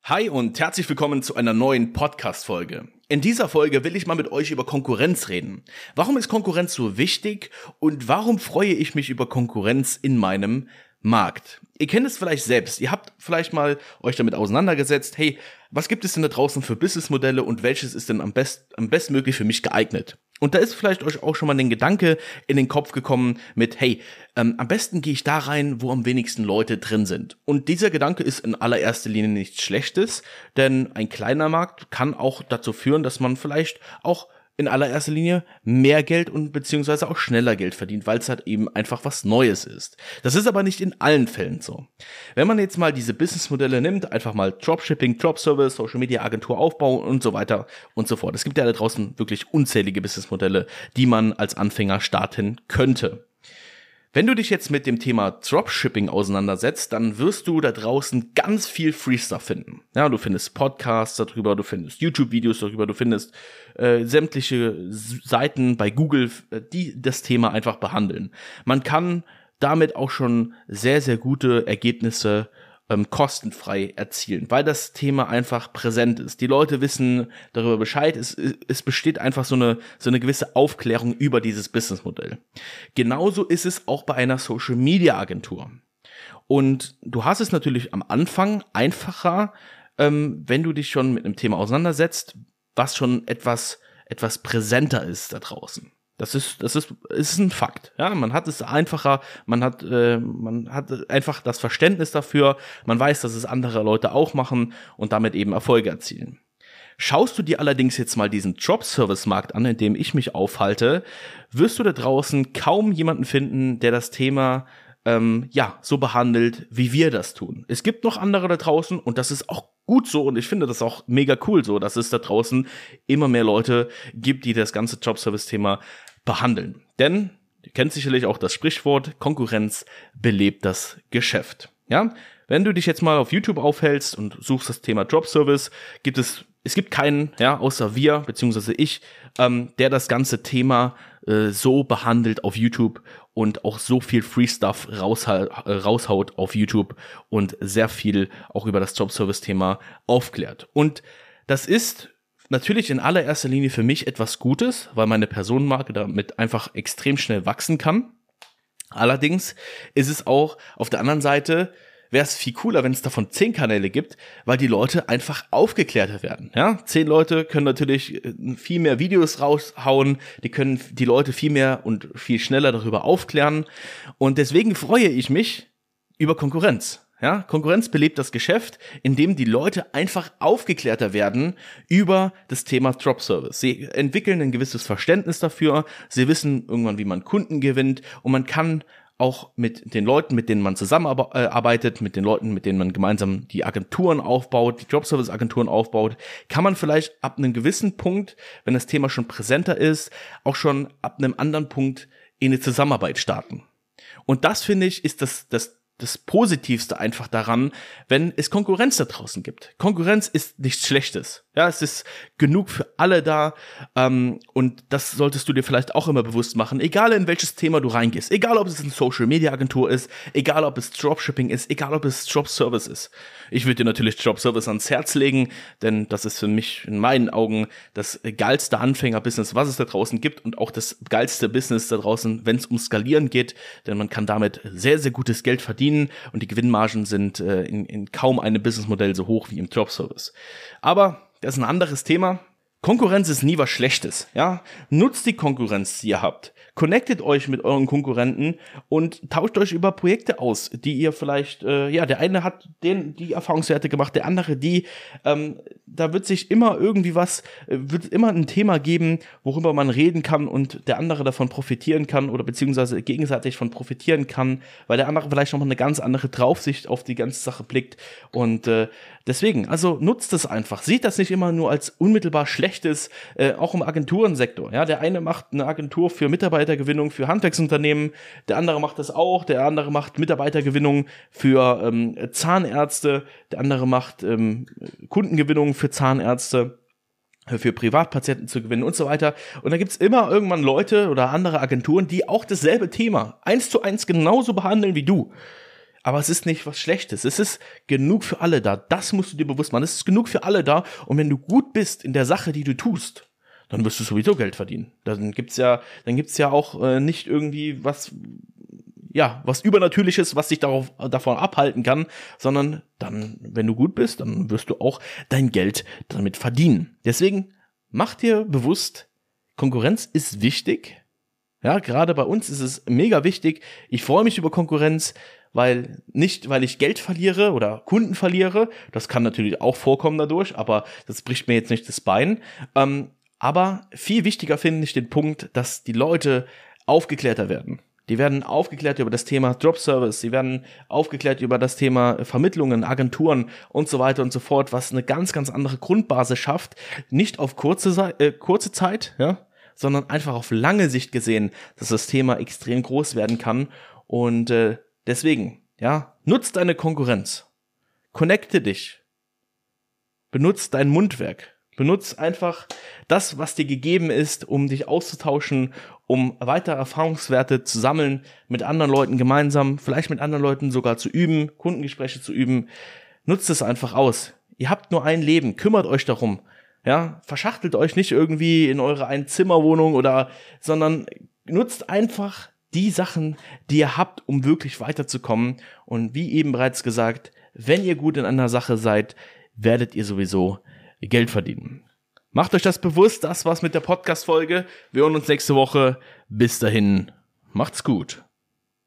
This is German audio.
Hi und herzlich willkommen zu einer neuen Podcast-Folge. In dieser Folge will ich mal mit euch über Konkurrenz reden. Warum ist Konkurrenz so wichtig und warum freue ich mich über Konkurrenz in meinem Markt? Ihr kennt es vielleicht selbst. Ihr habt vielleicht mal euch damit auseinandergesetzt, hey, was gibt es denn da draußen für Businessmodelle und welches ist denn am bestmöglich für mich geeignet? Und da ist vielleicht euch auch schon mal ein Gedanke in den Kopf gekommen mit, hey, am besten gehe ich da rein, wo am wenigsten Leute drin sind. Und dieser Gedanke ist in allererster Linie nichts Schlechtes, denn ein kleiner Markt kann auch dazu führen, dass man vielleicht auch in allererster Linie mehr Geld und beziehungsweise auch schneller Geld verdient, weil es halt eben einfach was Neues ist. Das ist aber nicht in allen Fällen so. Wenn man jetzt mal diese Businessmodelle nimmt, einfach mal Dropshipping, Dropservice, Social Media Agentur Aufbau und so weiter und so fort. Es gibt ja da draußen wirklich unzählige Businessmodelle, die man als Anfänger starten könnte. Wenn du dich jetzt mit dem Thema Dropshipping auseinandersetzt, dann wirst du da draußen ganz viel Free Stuff finden. Ja, du findest Podcasts darüber, du findest YouTube-Videos darüber, du findest sämtliche Seiten bei Google, die das Thema einfach behandeln. Man kann damit auch schon sehr, sehr gute Ergebnisse kostenfrei erzielen, weil das Thema einfach präsent ist. Die Leute wissen darüber Bescheid. Es besteht einfach so eine gewisse Aufklärung über dieses Businessmodell. Genauso ist es auch bei einer Social Media Agentur. Und du hast es natürlich am Anfang einfacher, wenn du dich schon mit einem Thema auseinandersetzt, was schon etwas präsenter ist da draußen. Das ist ein Fakt. Ja, man hat es einfacher, man hat einfach das Verständnis dafür, man weiß, dass es andere Leute auch machen und damit eben Erfolge erzielen. Schaust du dir allerdings jetzt mal diesen Drop-Service-Markt an, in dem ich mich aufhalte, wirst du da draußen kaum jemanden finden, der das Thema so behandelt, wie wir das tun. Es gibt noch andere da draußen und das ist auch gut so und ich finde das auch mega cool so, dass es da draußen immer mehr Leute gibt, die das ganze Jobservice-Thema behandeln. Denn, ihr kennt sicherlich auch das Sprichwort, Konkurrenz belebt das Geschäft. Ja, wenn du dich jetzt mal auf YouTube aufhältst und suchst das Thema Jobservice, es gibt keinen, ja, außer wir, beziehungsweise ich, der das ganze Thema so behandelt auf YouTube und auch so viel Free Stuff raushaut auf YouTube und sehr viel auch über das Jobservice-Thema aufklärt. Und das ist natürlich in allererster Linie für mich etwas Gutes, weil meine Personenmarke damit einfach extrem schnell wachsen kann. Allerdings ist es auch auf der anderen Seite, wäre es viel cooler, wenn es davon 10 Kanäle gibt, weil die Leute einfach aufgeklärter werden. Ja, 10 Leute können natürlich viel mehr Videos raushauen, die können die Leute viel mehr und viel schneller darüber aufklären und deswegen freue ich mich über Konkurrenz. Ja, Konkurrenz belebt das Geschäft, indem die Leute einfach aufgeklärter werden über das Thema Dropservice. Sie entwickeln ein gewisses Verständnis dafür, sie wissen irgendwann, wie man Kunden gewinnt und man kann auch mit den Leuten, mit denen man zusammenarbeitet, mit den Leuten, mit denen man gemeinsam die Agenturen aufbaut, die Jobservice-Agenturen aufbaut, kann man vielleicht ab einem gewissen Punkt, wenn das Thema schon präsenter ist, auch schon ab einem anderen Punkt in eine Zusammenarbeit starten. Und das, finde ich, ist das Positivste einfach daran, wenn es Konkurrenz da draußen gibt. Konkurrenz ist nichts Schlechtes. Ja, es ist genug für alle da und das solltest du dir vielleicht auch immer bewusst machen, egal in welches Thema du reingehst, egal ob es eine Social-Media-Agentur ist, egal ob es Dropshipping ist, egal ob es Dropservice ist. Ich würde dir natürlich Dropservice ans Herz legen, denn das ist für mich in meinen Augen das geilste Anfängerbusiness, was es da draußen gibt und auch das geilste Business da draußen, wenn es um Skalieren geht, denn man kann damit sehr, sehr gutes Geld verdienen und die Gewinnmargen sind in kaum einem Businessmodell so hoch wie im Dropservice. Aber das ist ein anderes Thema. Konkurrenz ist nie was Schlechtes, ja. Nutzt die Konkurrenz, die ihr habt. Connectet euch mit euren Konkurrenten und tauscht euch über Projekte aus, die ihr vielleicht, der eine hat die Erfahrungswerte gemacht, der andere die. Da wird sich immer wird immer ein Thema geben, worüber man reden kann und der andere davon profitieren kann oder beziehungsweise gegenseitig von profitieren kann, weil der andere vielleicht nochmal eine ganz andere Draufsicht auf die ganze Sache blickt und deswegen, also nutzt es einfach. Seht das nicht immer nur als unmittelbar Schlechtes, auch im Agenturensektor. Ja, der eine macht eine Agentur für Mitarbeitergewinnung für Handwerksunternehmen, der andere macht das auch, der andere macht Mitarbeitergewinnung für Zahnärzte, der andere macht Kundengewinnung für Zahnärzte, für Privatpatienten zu gewinnen und so weiter. Und da gibt's immer irgendwann Leute oder andere Agenturen, die auch dasselbe Thema 1:1 genauso behandeln wie du. aber es ist nicht was Schlechtes. Es ist genug für alle da. Das musst du dir bewusst machen. Es ist genug für alle da. Und wenn du gut bist in der Sache, die du tust, dann wirst du sowieso Geld verdienen. Dann gibt's ja auch nicht irgendwie was Übernatürliches, was dich davon abhalten kann, sondern dann, wenn du gut bist, dann wirst du auch dein Geld damit verdienen. Deswegen mach dir bewusst, Konkurrenz ist wichtig. Ja, gerade bei uns ist es mega wichtig. Ich freue mich über Konkurrenz, weil ich Geld verliere oder Kunden verliere. Das kann natürlich auch vorkommen dadurch, aber das bricht mir jetzt nicht das Bein. Aber viel wichtiger finde ich den Punkt, dass die Leute aufgeklärter werden. Die werden aufgeklärt über das Thema Dropservice, sie werden aufgeklärt über das Thema Vermittlungen, Agenturen und so weiter und so fort, was eine ganz, ganz andere Grundbasis schafft. Nicht auf kurze Zeit, ja, sondern einfach auf lange Sicht gesehen, dass das Thema extrem groß werden kann. Und deswegen, ja, nutzt deine Konkurrenz. Connecte dich. Benutzt dein Mundwerk. Benutzt einfach das, was dir gegeben ist, um dich auszutauschen, um weitere Erfahrungswerte zu sammeln, mit anderen Leuten gemeinsam, vielleicht mit anderen Leuten sogar zu üben, Kundengespräche zu üben. Nutzt es einfach aus. Ihr habt nur ein Leben, kümmert euch darum. Ja, verschachtelt euch nicht irgendwie in eure Einzimmerwohnung sondern nutzt einfach die Sachen, die ihr habt, um wirklich weiterzukommen. Und wie eben bereits gesagt, wenn ihr gut in einer Sache seid, werdet ihr sowieso Geld verdienen. Macht euch das bewusst, das war's mit der Podcast-Folge. Wir hören uns nächste Woche. Bis dahin, macht's gut.